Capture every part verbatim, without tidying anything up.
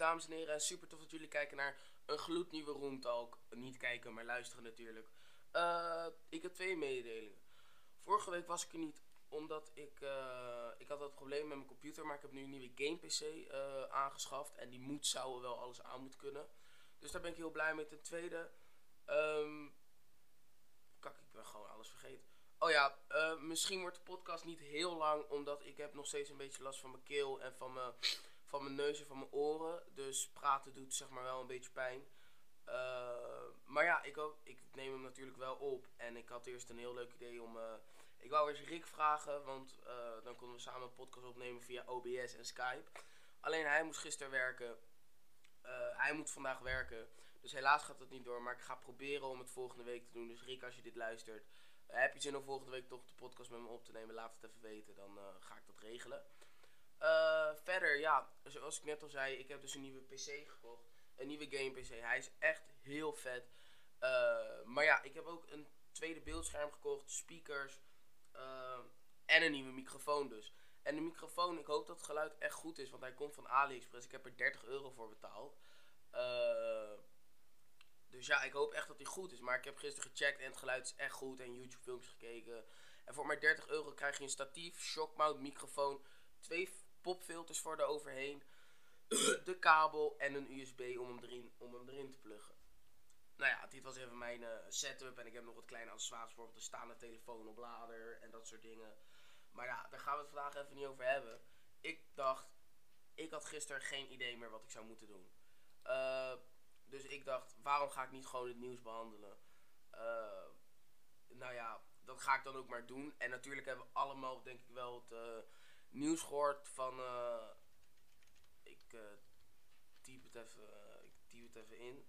dames en heren. En super tof dat jullie kijken naar een gloednieuwe Roomtalk. Niet kijken, maar luisteren natuurlijk. Uh, ik heb twee mededelingen. Vorige week was ik er niet, omdat ik... Uh, ik had dat probleem met mijn computer, maar ik heb nu een nieuwe game P C uh, aangeschaft. En die moet, zou wel alles aan moeten kunnen. Dus daar ben ik heel blij mee. Ten tweede... Um, kak, ik ben gewoon alles vergeten. Oh ja, uh, misschien wordt de podcast niet heel lang, omdat ik heb nog steeds een beetje last van mijn keel en van mijn... van mijn neus en van mijn oren. Dus praten doet zeg maar wel een beetje pijn. Uh, maar ja, ik, ook, ik neem hem natuurlijk wel op. En ik had eerst een heel leuk idee om... Uh, ik wou eens Rick vragen, want uh, dan konden we samen een podcast opnemen via O B S en Skype. Alleen hij moest gisteren werken. Uh, hij moet vandaag werken. Dus helaas gaat het niet door. Maar ik ga proberen om het volgende week te doen. Dus Rick, als je dit luistert, uh, heb je zin om volgende week toch de podcast met me op te nemen? Laat het even weten, dan uh, ga ik dat regelen. Uh, verder, ja, zoals ik net al zei, ik heb dus een nieuwe P C gekocht. Een nieuwe game P C. Hij is echt heel vet. Uh, maar ja, ik heb ook een tweede beeldscherm gekocht, speakers uh, en een nieuwe microfoon dus. En de microfoon, ik hoop dat het geluid echt goed is, want hij komt van AliExpress. Ik heb er dertig euro voor betaald. Uh, dus ja, ik hoop echt dat hij goed is. Maar ik heb gisteren gecheckt en het geluid is echt goed en YouTube filmpjes gekeken. En voor maar dertig euro krijg je een statief, shockmount microfoon, twee popfilters voor er overheen, de kabel en een U S B om hem erin, om hem erin te pluggen. Nou ja, dit was even mijn uh, setup en ik heb nog wat kleine accessoires voor, de staande telefoon, oplader en dat soort dingen. Maar ja, daar gaan we het vandaag even niet over hebben. Ik dacht, ik had gisteren geen idee meer wat ik zou moeten doen. Uh, dus ik dacht, waarom ga ik niet gewoon het nieuws behandelen? Uh, nou ja, dat ga ik dan ook maar doen. En natuurlijk hebben we allemaal, denk ik wel, het uh, nieuws gehoord van... Uh, ik uh, typ het even, uh, ik typ het even in.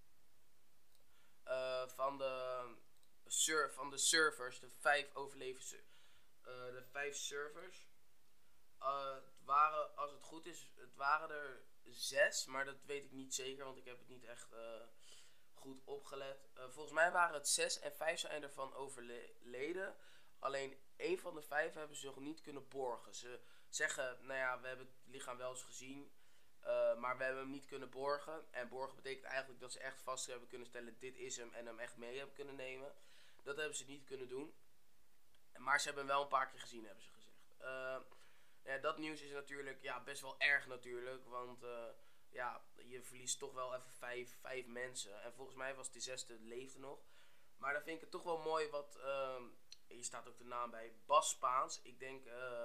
Uh, van, de, sur van de servers, de vijf overleven uh, de vijf servers. Uh, het waren, als het goed is, het waren er zes, maar dat weet ik niet zeker, want ik heb het niet echt uh, goed opgelet. Uh, volgens mij waren het zes en vijf zijn ervan overleden. Alleen één van de vijf hebben ze nog niet kunnen borgen. Ze zeggen, nou ja, we hebben het lichaam wel eens gezien, uh, maar we hebben hem niet kunnen borgen. En borgen betekent eigenlijk dat ze echt vast hebben kunnen stellen, dit is hem, en hem echt mee hebben kunnen nemen. Dat hebben ze niet kunnen doen. Maar ze hebben hem wel een paar keer gezien, hebben ze gezegd. Uh, ja, dat nieuws is natuurlijk ja, best wel erg natuurlijk, want uh, ja, je verliest toch wel even vijf, vijf mensen. En volgens mij was die zesde leefde nog. Maar dan vind ik het toch wel mooi wat, uh, hier staat ook de naam bij, Bas Spaans. Ik denk, uh,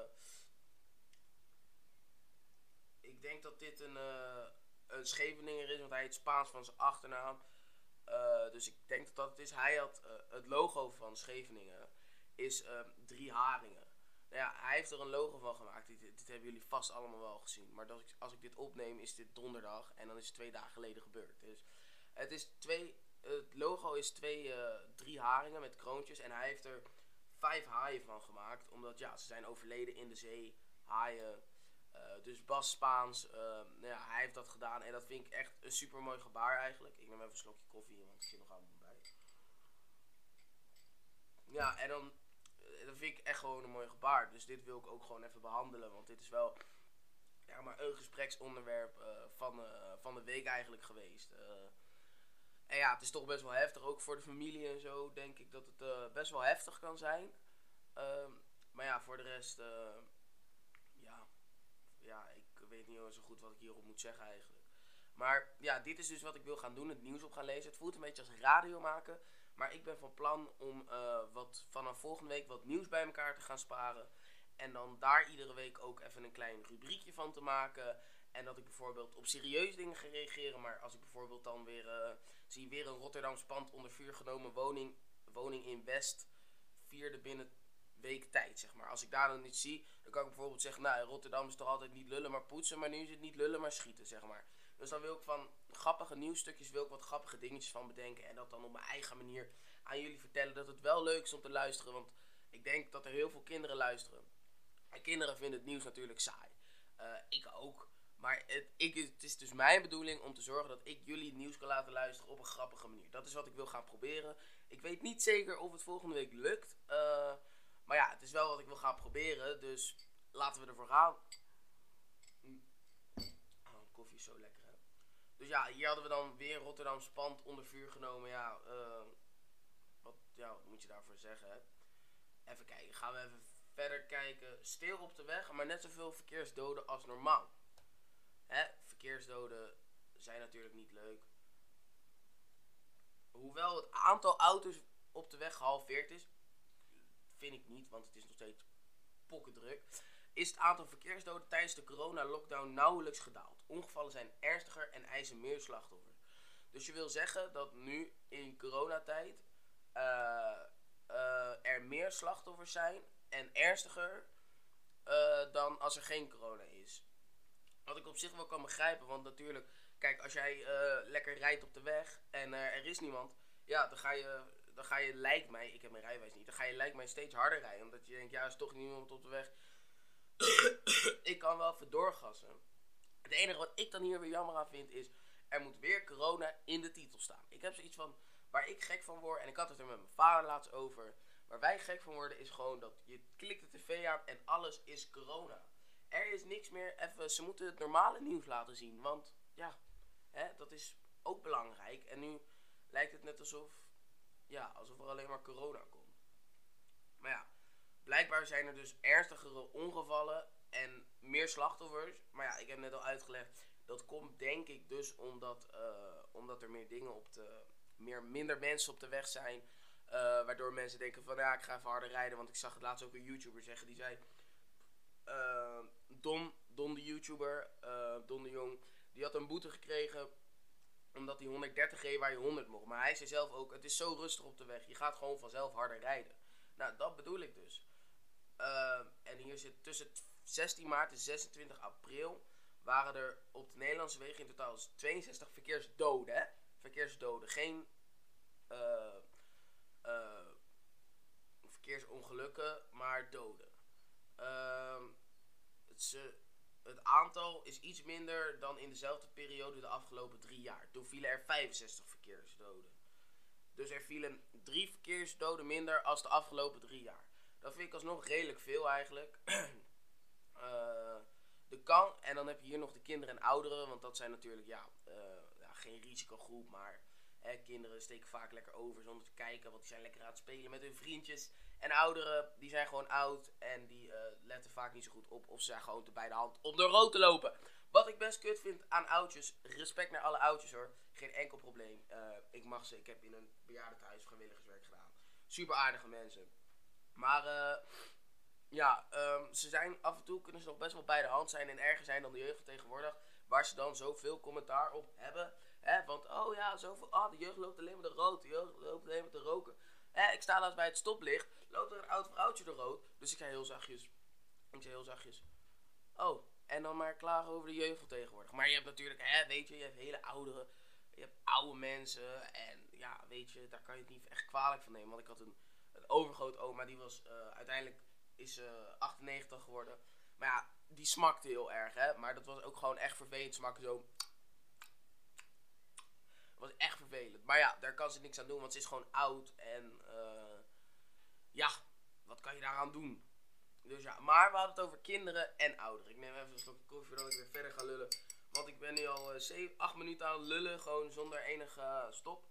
ik denk dat dit een, uh, een Scheveninger is, want hij heet Spaans van zijn achternaam. Uh, dus ik denk dat dat het is. Hij had uh, het logo van Scheveningen is uh, drie haringen. Nou ja, hij heeft er een logo van gemaakt. Dit, dit hebben jullie vast allemaal wel gezien. Maar dat ik, als ik dit opneem is dit donderdag. En dan is het twee dagen geleden gebeurd. Dus het is twee... Het logo is twee, uh, drie haringen met kroontjes. En hij heeft er vijf haaien van gemaakt. Omdat ja, ze zijn overleden in de zee. Haaien. Uh, dus Bas Spaans. Uh, nou ja, hij heeft dat gedaan. En dat vind ik echt een super mooi gebaar eigenlijk. Ik neem even een slokje koffie. Want ik zit nog aan het ontbijt. Ja, en dan... Dat vind ik echt gewoon een mooi gebaar. Dus dit wil ik ook gewoon even behandelen. Want dit is wel ja, maar een gespreksonderwerp uh, van, uh, van de week eigenlijk geweest. Uh, en ja, het is toch best wel heftig. Ook voor de familie en zo denk ik dat het uh, best wel heftig kan zijn. Uh, maar ja, voor de rest... Uh, ja, ja, ik weet niet zo goed wat ik hierop moet zeggen eigenlijk. Maar ja, dit is dus wat ik wil gaan doen. Het nieuws op gaan lezen. Het voelt een beetje als radio maken. Maar ik ben van plan om uh, wat vanaf volgende week wat nieuws bij elkaar te gaan sparen. En dan daar iedere week ook even een klein rubriekje van te maken. En dat ik bijvoorbeeld op serieus dingen ga reageren. Maar als ik bijvoorbeeld dan weer uh, zie weer een Rotterdams pand onder vuur genomen woning, woning in West. Vierde binnen week tijd, zeg maar. Als ik daar dan niet zie, dan kan ik bijvoorbeeld zeggen, nou, Rotterdam is toch altijd niet lullen maar poetsen. Maar nu is het niet lullen maar schieten, zeg maar. Dus dan wil ik van grappige nieuwsstukjes, wil ik wat grappige dingetjes van bedenken. En dat dan op mijn eigen manier aan jullie vertellen. Dat het wel leuk is om te luisteren. Want ik denk dat er heel veel kinderen luisteren. En kinderen vinden het nieuws natuurlijk saai. Uh, ik ook. Maar het, ik, het is dus mijn bedoeling om te zorgen dat ik jullie het nieuws kan laten luisteren op een grappige manier. Dat is wat ik wil gaan proberen. Ik weet niet zeker of het volgende week lukt. Uh, maar ja, het is wel wat ik wil gaan proberen. Dus laten we ervoor gaan. Oh, koffie is zo lekker, hè. Dus ja, hier hadden we dan weer Rotterdamse pand onder vuur genomen. Ja, uh, wat, ja, wat moet je daarvoor zeggen, hè? Even kijken, gaan we even verder kijken. Stil op de weg, maar net zoveel verkeersdoden als normaal. Hè, verkeersdoden zijn natuurlijk niet leuk. Hoewel het aantal auto's op de weg gehalveerd is, vind ik niet, want het is nog steeds pokkendruk, is het aantal verkeersdoden tijdens de corona-lockdown nauwelijks gedaald. Ongevallen zijn ernstiger en eisen meer slachtoffers. Dus je wil zeggen dat nu in coronatijd uh, uh, er meer slachtoffers zijn en ernstiger uh, dan als er geen corona is. Wat ik op zich wel kan begrijpen, want natuurlijk, kijk, als jij uh, lekker rijdt op de weg en uh, er is niemand, ja, dan ga je, dan ga je, lijkt mij, ik heb mijn rijbewijs niet, dan ga je, lijkt mij, steeds harder rijden, omdat je denkt, ja, er is toch niemand op de weg. Ik kan wel even doorgassen. Het enige wat ik dan hier weer jammer aan vind is, er moet weer corona in de titel staan. Ik heb zoiets van, waar ik gek van word, en ik had het er met mijn vader laatst over, waar wij gek van worden is gewoon dat je klikt de tv aan en alles is corona. Er is niks meer, even, ze moeten het normale nieuws laten zien, want ja, hè, dat is ook belangrijk. En nu lijkt het net alsof, ja, alsof er alleen maar corona komt. Maar ja, blijkbaar zijn er dus ernstigere ongevallen en meer slachtoffers. Maar ja, ik heb net al uitgelegd, dat komt denk ik dus omdat, uh, omdat er meer dingen op de, meer, minder mensen op de weg zijn. Uh, waardoor mensen denken van, ja, ik ga even harder rijden. Want ik zag het laatst ook een YouTuber zeggen, die zei, uh, Don, Don de YouTuber, uh, Don de Jong, die had een boete gekregen omdat hij honderddertig reed waar je honderd mocht. Maar hij zei zelf ook, het is zo rustig op de weg, je gaat gewoon vanzelf harder rijden. Nou, dat bedoel ik dus. Uh, en hier zit tussen zestien maart en zesentwintig april waren er op de Nederlandse wegen in totaal tweeënzestig verkeersdoden. Hè? Verkeersdoden, geen uh, uh, verkeersongelukken, maar doden. Uh, het, uh, het aantal is iets minder dan in dezelfde periode de afgelopen drie jaar. Toen vielen er vijfenzestig verkeersdoden. Dus er vielen drie verkeersdoden minder als de afgelopen drie jaar. Dat vind ik alsnog redelijk veel eigenlijk. uh, de kan, en dan heb je hier nog de kinderen en ouderen. Want dat zijn natuurlijk ja, uh, ja, geen risicogroep. Maar hè, kinderen steken vaak lekker over zonder te kijken. Want die zijn lekker aan het spelen met hun vriendjes. En ouderen, die zijn gewoon oud. En die uh, letten vaak niet zo goed op. Of ze zijn gewoon te bij de hand om door rood te lopen. Wat ik best kut vind aan oudjes. Respect naar alle oudjes hoor. Geen enkel probleem. Uh, ik mag ze. Ik heb in een bejaardentehuis vrijwilligerswerk gedaan. Super aardige mensen. Maar uh, ja, um, ze zijn af en toe kunnen ze nog best wel bij de hand zijn en erger zijn dan de jeugd van tegenwoordig. Waar ze dan zoveel commentaar op hebben. Hè, want oh ja, zoveel, ah, de jeugd loopt alleen maar de rood. De jeugd loopt alleen maar te roken. Hè, ik sta laatst bij het stoplicht. Loopt er een oud vrouwtje de rood. Dus ik zei heel zachtjes. Ik zei heel zachtjes. Oh, en dan maar klagen over de jeugd van tegenwoordig. Maar je hebt natuurlijk, hè, weet je, je hebt hele ouderen. Je hebt oude mensen. En ja, weet je, daar kan je het niet echt kwalijk van nemen. Want ik had een... Een overgrootoma, die was uh, uiteindelijk is uh, achtennegentig geworden. Maar ja, die smakte heel erg, hè. Maar dat was ook gewoon echt vervelend. Smaken zo. Dat was echt vervelend. Maar ja, daar kan ze niks aan doen, want ze is gewoon oud. En uh, ja, wat kan je daaraan doen? Dus ja, maar we hadden het over kinderen en ouderen. Ik neem even een slokje koffie voordat ik weer verder ga lullen. Want ik ben nu al uh, acht minuten aan het lullen, gewoon zonder enige uh, stop.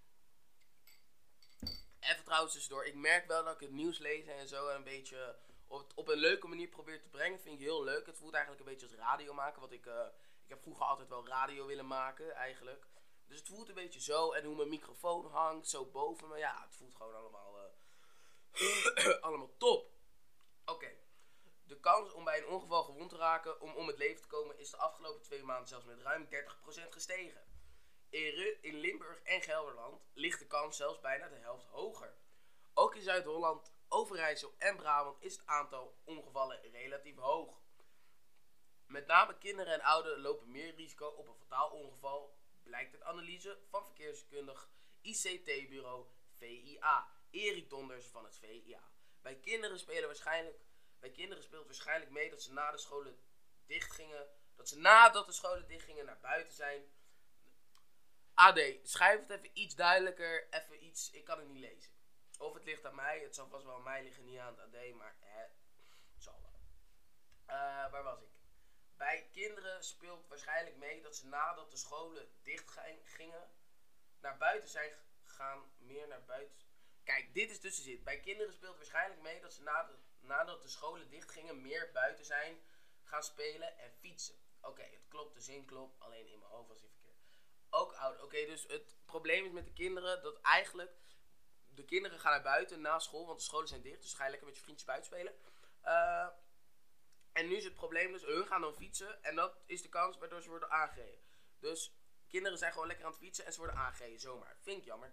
Even trouwens tussendoor, ik merk wel dat ik het nieuws lezen en zo een beetje op, op een leuke manier probeer te brengen. Vind ik heel leuk. Het voelt eigenlijk een beetje als radio maken, want ik, uh, ik heb vroeger altijd wel radio willen maken eigenlijk. Dus het voelt een beetje zo en hoe mijn microfoon hangt zo boven me. Ja, het voelt gewoon allemaal, uh, allemaal top. Oké, okay. De kans om bij een ongeval gewond te raken, om om het leven te komen, is de afgelopen twee maanden zelfs met ruim dertig procent gestegen. In Limburg en Gelderland ligt de kans zelfs bijna de helft hoger. Ook in Zuid-Holland, Overijssel en Brabant is het aantal ongevallen relatief hoog. Met name kinderen en ouderen lopen meer risico op een fataal ongeval, blijkt uit analyse van verkeerskundig I C T-bureau V I A, Erik Donders van het V I A. Bij kinderen, spelen waarschijnlijk, bij kinderen speelt waarschijnlijk mee dat ze na de scholen dichtgingen, dat ze nadat de scholen dichtgingen naar buiten zijn. A D, schrijf het even iets duidelijker, even iets, ik kan het niet lezen. Of het ligt aan mij, het zal vast wel aan mij liggen, niet aan het A D, maar hè, het zal wel. Uh, waar was ik? Bij kinderen speelt waarschijnlijk mee dat ze nadat de scholen dicht gingen, naar buiten zijn gegaan, meer naar buiten. Kijk, dit is dus de zin. Bij kinderen speelt waarschijnlijk mee dat ze nadat, nadat de scholen dicht gingen, meer buiten zijn gaan spelen en fietsen. Oké, okay, het klopt, de zin klopt, alleen in mijn hoofd was hij verkeerd. Ook ouder. Oké, okay, dus het probleem is met de kinderen dat eigenlijk de kinderen gaan naar buiten na school, want de scholen zijn dicht, dus ga je lekker met je vriendjes buiten spelen. Uh, en nu is het probleem dus, hun gaan dan fietsen en dat is de kans waardoor ze worden aangereden. Dus kinderen zijn gewoon lekker aan het fietsen en ze worden aangereden, zomaar. Vind ik jammer.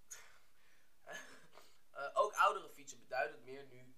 uh, ook oudere fietsen beduidend meer nu.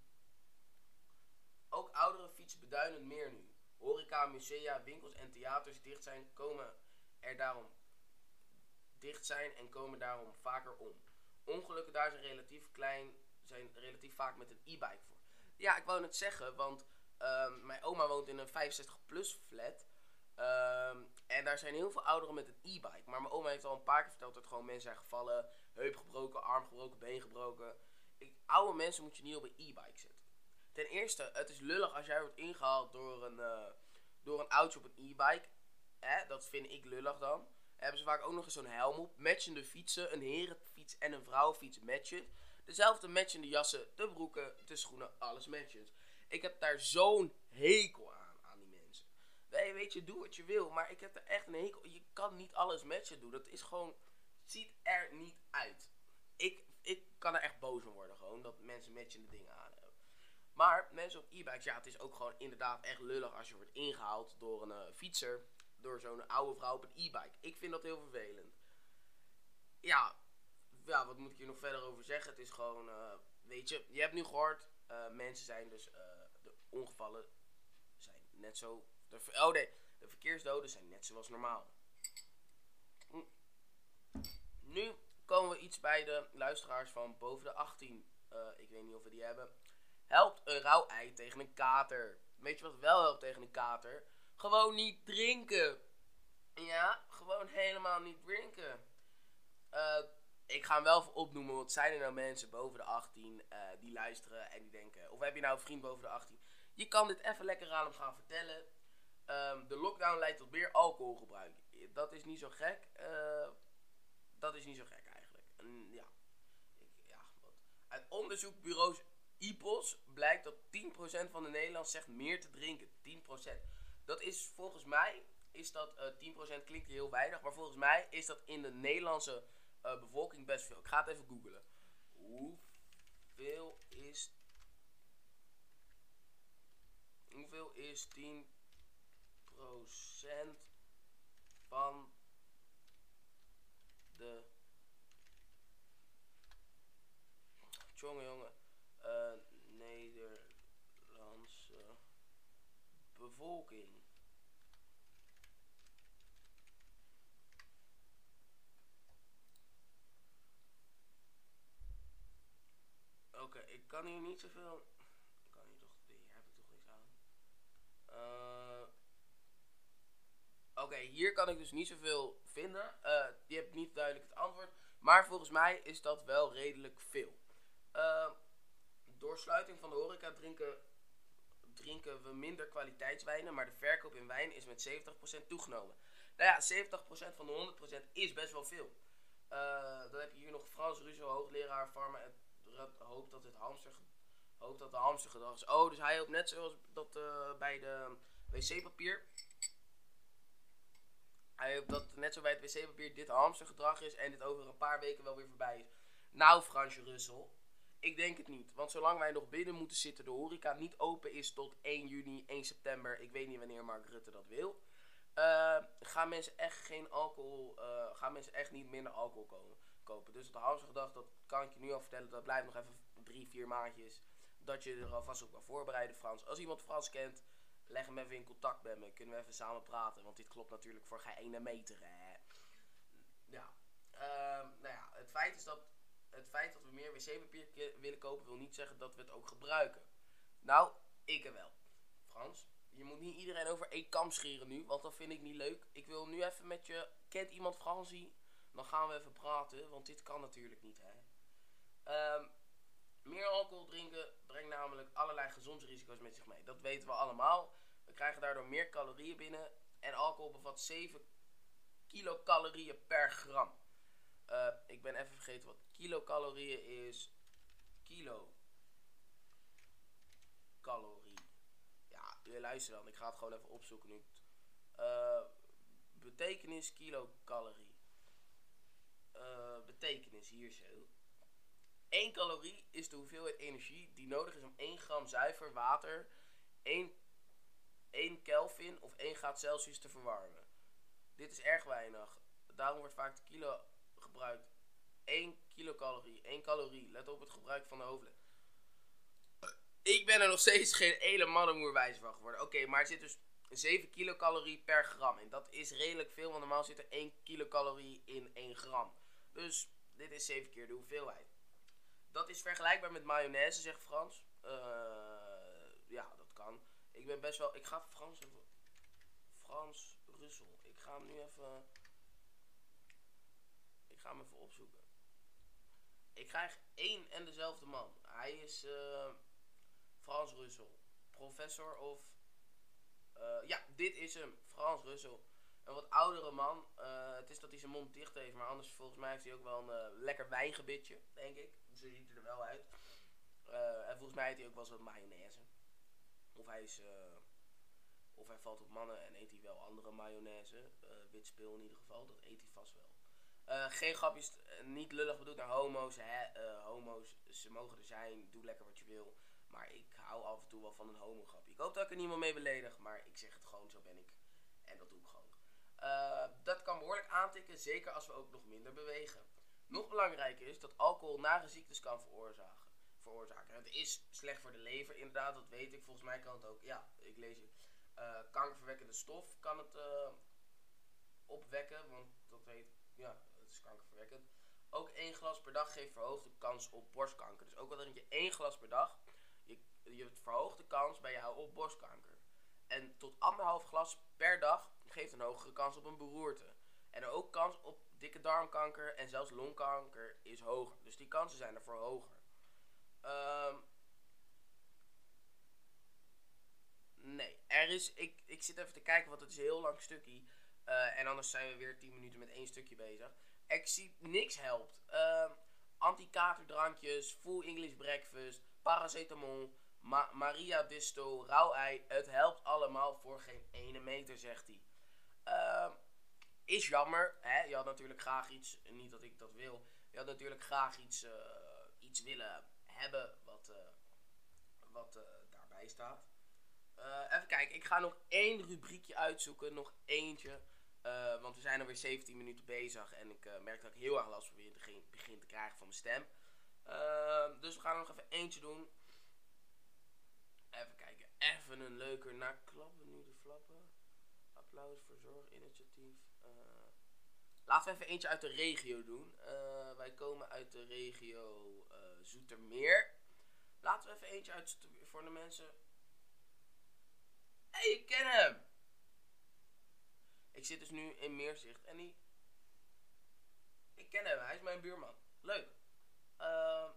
Ook oudere fietsen beduidend meer nu. Horeca, musea, winkels en theaters dicht zijn, komen er daarom dicht zijn en komen daarom vaker om. Ongelukken daar zijn relatief klein, zijn relatief vaak met een e-bike voor. Ja, ik wou net zeggen, want um, mijn oma woont in een vijfenzestig plus flat. Um, en daar zijn heel veel ouderen met een e-bike. Maar mijn oma heeft al een paar keer verteld dat gewoon mensen zijn gevallen. Heup gebroken, arm gebroken, been gebroken. Ik, oude mensen moet je niet op een e-bike zetten. Ten eerste, het is lullig als jij wordt ingehaald door een, uh, door een oudje op een e-bike. Eh, dat vind ik lullig dan. Hebben ze vaak ook nog eens zo'n helm op. Matchende fietsen, een herenfiets en een vrouwenfiets matchen. Dezelfde matchende jassen, de broeken, de schoenen, alles matchend. Ik heb daar zo'n hekel aan, aan die mensen. Nee, weet je, doe wat je wil, maar ik heb er echt een hekel. Je kan niet alles matchen doen. Dat is gewoon, ziet er niet uit. Ik, ik kan er echt boos van worden gewoon, dat mensen matchende dingen aan hebben. Maar mensen op e-bikes, ja, het is ook gewoon inderdaad echt lullig als je wordt ingehaald door een uh, fietser. Door zo'n oude vrouw op een e-bike. Ik vind dat heel vervelend. Ja, ja, wat moet ik hier nog verder over zeggen? Het is gewoon, uh, weet je, je hebt nu gehoord, uh, mensen zijn dus, uh, de ongevallen zijn net zo, de, oh nee, de verkeersdoden zijn net zoals normaal. Hm. Nu komen we iets bij de luisteraars van boven de achttien. Uh, ik weet niet of we die hebben. Helpt een rauw ei tegen een kater. Weet je wat wel helpt tegen een kater? Gewoon niet drinken. Ja, gewoon helemaal niet drinken. Uh, ik ga hem wel even opnoemen, want zijn er nou mensen boven de achttien uh, die luisteren en die denken, of heb je nou een vriend boven de achttien? Je kan dit even lekker aan hem gaan vertellen. Um, de lockdown leidt tot meer alcoholgebruik. Dat is niet zo gek. Uh, dat is niet zo gek eigenlijk. En, ja. Ik, ja, wat. Uit onderzoekbureaus I P O S blijkt dat tien procent van de Nederlanders zegt meer te drinken. tien procent. Dat is volgens mij, is dat uh, tien procent klinkt heel weinig, maar volgens mij is dat in de Nederlandse uh, bevolking best veel. Ik ga het even googlen. Hoeveel is, hoeveel is tien procent van de, jongen jongen, uh, Nederlandse bevolking? Oké, okay, ik kan hier niet zoveel. Ik kan hier toch. Hier heb ik toch niks aan. Uh, Oké, okay, hier kan ik dus niet zoveel vinden. Uh, je hebt niet duidelijk het antwoord. Maar volgens mij is dat wel redelijk veel. Uh, door sluiting van de horeca drinken, drinken we minder kwaliteitswijnen. Maar de verkoop in wijn is met zeventig procent toegenomen. Nou ja, zeventig procent van de honderd procent is best wel veel. Uh, dan heb je hier nog Frans Russo, hoogleraar Pharma. Hoopt dat het hamster, hoopt dat de hamstergedrag is. Oh, dus hij hoopt net zoals dat uh, bij de wc-papier. Hij hoopt dat net zo bij het wc-papier dit hamstergedrag is en dit over een paar weken wel weer voorbij is. Nou, Fransje Russel, ik denk het niet. Want zolang wij nog binnen moeten zitten, de horeca niet open is tot één juni, één september, ik weet niet wanneer Mark Rutte dat wil, uh, gaan mensen echt geen alcohol, uh, gaan mensen echt niet minder alcohol komen. Kopen. Dus het hamstergedrag, dat kan ik je nu al vertellen, dat blijft nog even drie, vier maandjes. Dat je er alvast op kan voorbereiden, Frans. Als iemand Frans kent, leg hem even in contact met me. Kunnen we even samen praten, want dit klopt natuurlijk voor geen ene meter, hè. Ja. Uh, nou ja, het feit is dat, het feit dat we meer wc-papier willen kopen, wil niet zeggen dat we het ook gebruiken. Nou, ik er wel. Frans, je moet niet iedereen over één kam scheren nu, want dat vind ik niet leuk. Ik wil nu even met je, kent iemand Fransie? Dan gaan we even praten, want dit kan natuurlijk niet, hè. Um, meer alcohol drinken brengt namelijk allerlei gezondheidsrisico's met zich mee. Dat weten we allemaal. We krijgen daardoor meer calorieën binnen. En alcohol bevat zeven kilocalorieën per gram. Uh, ik ben even vergeten wat kilocalorieën is. Kilocalorie. Ja, luister dan. Ik ga het gewoon even opzoeken nu. Uh, betekenis kilocalorie. Uh, betekenis hier zo. één calorie is de hoeveelheid energie die nodig is om één gram zuiver water één, één Kelvin of één graad Celsius te verwarmen. Dit is erg weinig. Daarom wordt vaak de kilo gebruikt. één kilocalorie, één calorie. Let op het gebruik van de hoofdletter. Ik ben er nog steeds geen hele mannenmoerwijs van geworden. Oké, okay, maar er zit dus zeven kilocalorie per gram in. Dat is redelijk veel, want normaal zit er één kilocalorie in één gram. Dus dit is zeven keer de hoeveelheid. Dat is vergelijkbaar met mayonaise, zegt Frans. Uh, ja, dat kan. Ik ben best wel... Ik ga Frans even... Frans Russel. Ik ga hem nu even... Ik ga hem even opzoeken. Ik krijg één en dezelfde man. Hij is uh, Frans Russel. Professor of... Uh, ja, dit is hem. Frans Russel. Een wat oudere man. Uh, het is dat hij zijn mond dicht heeft. Maar anders volgens mij heeft hij ook wel een uh, lekker wijngebitje. Denk ik. Zo ziet hij er wel uit. Uh, en volgens mij heeft hij ook wel eens wat mayonaise. Of hij is... Uh, of hij valt op mannen en eet hij wel andere mayonaise. Uh, wit spul in ieder geval. Dat eet hij vast wel. Uh, geen grapjes, niet lullig bedoeld naar homo's. Hè? Uh, homo's, ze mogen er zijn. Doe lekker wat je wil. Maar ik hou af en toe wel van een homo-grapje. Ik hoop dat ik er niemand mee beledig. Maar ik zeg het gewoon, zo ben ik. En dat doe ik gewoon. Uh, dat kan behoorlijk aantikken. Zeker als we ook nog minder bewegen. Nog belangrijker is dat alcohol nare ziektes kan veroorzaken. veroorzaken. Het is slecht voor de lever, inderdaad. Dat weet ik. Volgens mij kan het ook. Ja, ik lees het. Uh, kankerverwekkende stof kan het uh, opwekken. Want dat heet... Ja, het is kankerverwekkend. Ook één glas per dag geeft verhoogde kans op borstkanker. Dus ook al drink je één glas per dag, je, je verhoogt de kans bij jou op borstkanker. En tot anderhalf glas per dag geeft een hogere kans op een beroerte. En ook kans op dikke darmkanker en zelfs longkanker is hoger. Dus die kansen zijn ervoor hoger. Um, nee, er is... Ik, ik zit even te kijken, want het is een heel lang stukje. Uh, en anders zijn we weer tien minuten met één stukje bezig. Ik zie niks helpt. Uh, Anti-katerdrankjes, full English breakfast, paracetamol, ma Maria Disto, rauw ei. Het helpt allemaal voor geen ene meter, zegt hij. Uh, is jammer. Hè? Je had natuurlijk graag iets, niet dat ik dat wil. Je had natuurlijk graag iets, uh, iets willen hebben wat, uh, wat uh, daarbij staat. Uh, even kijken, ik ga nog één rubriekje uitzoeken. Nog eentje. Uh, want we zijn alweer zeventien minuten bezig. En ik uh, merk dat ik heel erg last van begin, begin te krijgen van mijn stem. Uh, dus we gaan er nog even eentje doen. Even kijken. Even een leuker. Naar klappen nu de flappen. Applaus voor zorginitiatief. Uh, laten we even eentje uit de regio doen. Uh, wij komen uit de regio uh, Zoetermeer. Laten we even eentje uit Zoetermeer voor de mensen. Hé, hey, ik ken hem! Ik zit dus nu in Meerzicht en die... Ik ken hem, hij is mijn buurman. Leuk. Uh...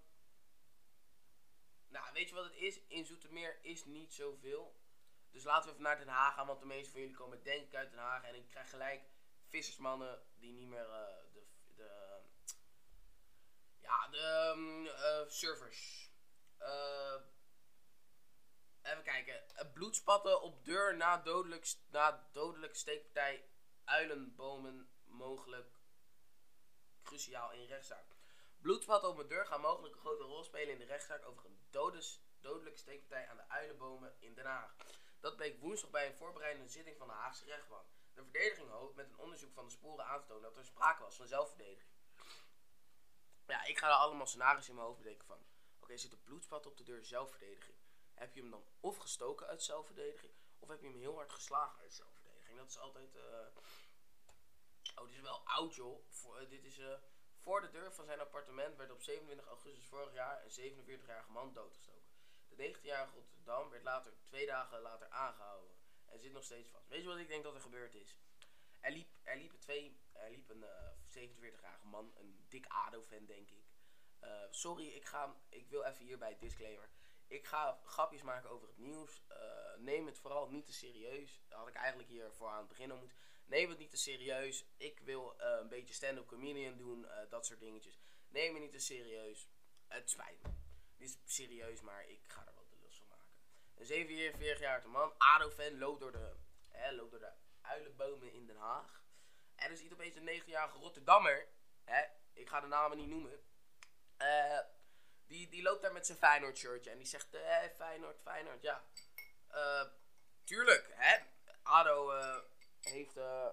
Nou, weet je wat het is? In Zoetermeer is niet zoveel. Dus laten we even naar Den Haag gaan, want de meeste van jullie komen denk ik uit Den Haag. En ik krijg gelijk vissersmannen die niet meer uh, de... de ja, de um, uh, servers. Uh, even kijken. Bloedspatten op deur na dodelijk, na dodelijke steekpartij. Uilenbomen mogelijk cruciaal in rechtszaak. Bloedspatten op mijn deur gaan mogelijk een grote rol spelen in de rechtszaak over een dodes, dodelijke steekpartij aan de Uilenbomen in Den Haag. Dat bleek woensdag bij een voorbereidende zitting van de Haagse rechtbank. De verdediging hoopt met een onderzoek van de sporen aan te tonen dat er sprake was van zelfverdediging. Ja, ik ga er allemaal scenario's in mijn hoofd bedenken van. Oké, okay, zit er bloedspat op de deur, zelfverdediging. Heb je hem dan of gestoken uit zelfverdediging, of heb je hem heel hard geslagen uit zelfverdediging? Dat is altijd... Uh... Oh, dit is wel oud, joh. Voor, uh, dit is... Uh... Voor de deur van zijn appartement werd op zevenentwintig augustus vorig jaar een zevenenveertigjarige man doodgestoken. De negentienjarige Rotterdam werd later, twee dagen later aangehouden en zit nog steeds vast. Weet je wat ik denk dat er gebeurd is? Er liep, er liepen twee, er liep een uh, zevenenveertigjarige man, een dik A D O-fan denk ik. Uh, sorry, ik, ga, ik wil even hierbij disclaimer. Ik ga grapjes maken over het nieuws. Uh, neem het vooral niet te serieus. Dat had ik eigenlijk hier voor aan het begin al moeten. Neem het niet te serieus. Ik wil uh, een beetje stand-up comedian doen. Uh, dat soort dingetjes. Neem het niet te serieus. Het spijt me. Dit is serieus, maar ik ga er wel de lust van maken. Een zevenenveertig-jarige man, A D O-fan, loopt door de, hè, loopt door de uilenbomen in Den Haag. En er ziet opeens een negenjarige Rotterdammer. Hè, ik ga de namen niet noemen. Uh, die, die loopt daar met zijn Feyenoord shirtje. En die zegt, eh, Feyenoord, Feyenoord, ja. Uh, tuurlijk, hè. A D O uh, heeft, uh,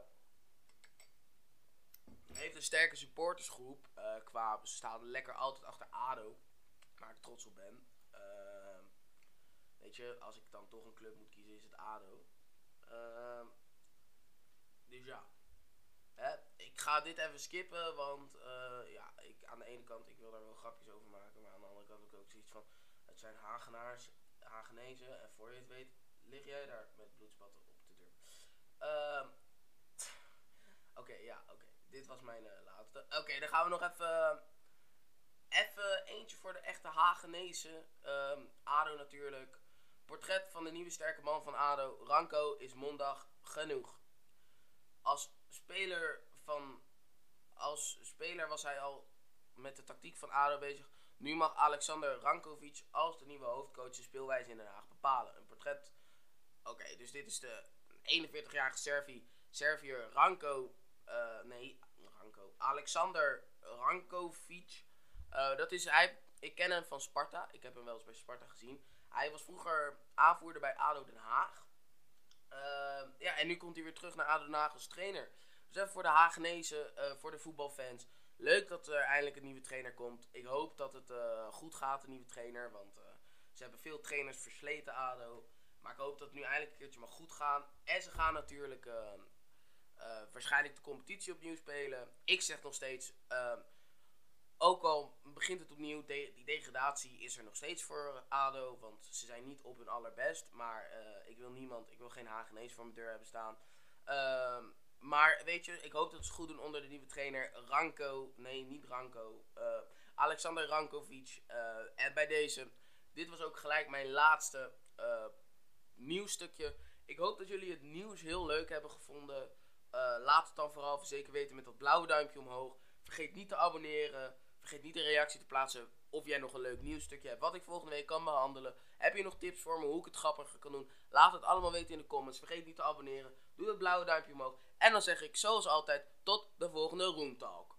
heeft een sterke supportersgroep. Uh, qua, ze staan lekker altijd achter A D O. Waar ik trots op ben. Uh, weet je, als ik dan toch een club moet kiezen, is het A D O. Uh, dus ja. Hè? Ik ga dit even skippen, want uh, ja, ik, aan de ene kant, ik wil daar wel grapjes over maken. Maar aan de andere kant heb ik ook zoiets van, het zijn Hagenaars, Hagenezen. En voor je het weet, lig jij daar met bloedspatten op de deur. Uh, Oké, okay, ja, oké. Okay. Dit was mijn uh, laatste. Oké, okay, dan gaan we nog even... Even eentje voor de echte Hagenezen. Um, A D O natuurlijk. Portret van de nieuwe sterke man van A D O. Ranko is mondag genoeg. Als speler van... Als speler was hij al met de tactiek van A D O bezig. Nu mag Alexander Rankovic als de nieuwe hoofdcoach de speelwijze in Den Haag bepalen. Een portret... Oké, okay, dus dit is de eenenveertigjarige Servië, Serviër Ranko... Uh, nee, Ranko. Alexander Rankovic... Uh, dat is hij. Ik ken hem van Sparta. Ik heb hem wel eens bij Sparta gezien. Hij was vroeger aanvoerder bij A D O Den Haag. Uh, ja, en nu komt hij weer terug naar A D O Den Haag als trainer. Dus even voor de Hagenezen, uh, voor de voetbalfans. Leuk dat er eindelijk een nieuwe trainer komt. Ik hoop dat het uh, goed gaat, een nieuwe trainer. Want uh, ze hebben veel trainers versleten, A D O. Maar ik hoop dat het nu eindelijk een keertje mag goed gaan. En ze gaan natuurlijk uh, uh, waarschijnlijk de competitie opnieuw spelen. Ik zeg nog steeds... Uh, Ook al begint het opnieuw, de, die degradatie is er nog steeds voor A D O, want ze zijn niet op hun allerbest. Maar uh, ik wil niemand, ik wil geen Hagenees voor mijn deur hebben staan. Uh, maar weet je, ik hoop dat ze goed doen onder de nieuwe trainer Ranko, nee niet Ranko, uh, Alexander Rankovic. Uh, en bij deze, dit was ook gelijk mijn laatste uh, nieuwsstukje. Ik hoop dat jullie het nieuws heel leuk hebben gevonden. Uh, laat het dan vooral zeker weten met dat blauwe duimpje omhoog. Vergeet niet te abonneren. Vergeet niet een reactie te plaatsen of jij nog een leuk nieuwsstukje hebt wat ik volgende week kan behandelen. Heb je nog tips voor me hoe ik het grappiger kan doen? Laat het allemaal weten in de comments. Vergeet niet te abonneren. Doe het blauwe duimpje omhoog. En dan zeg ik zoals altijd tot de volgende Roomtalk.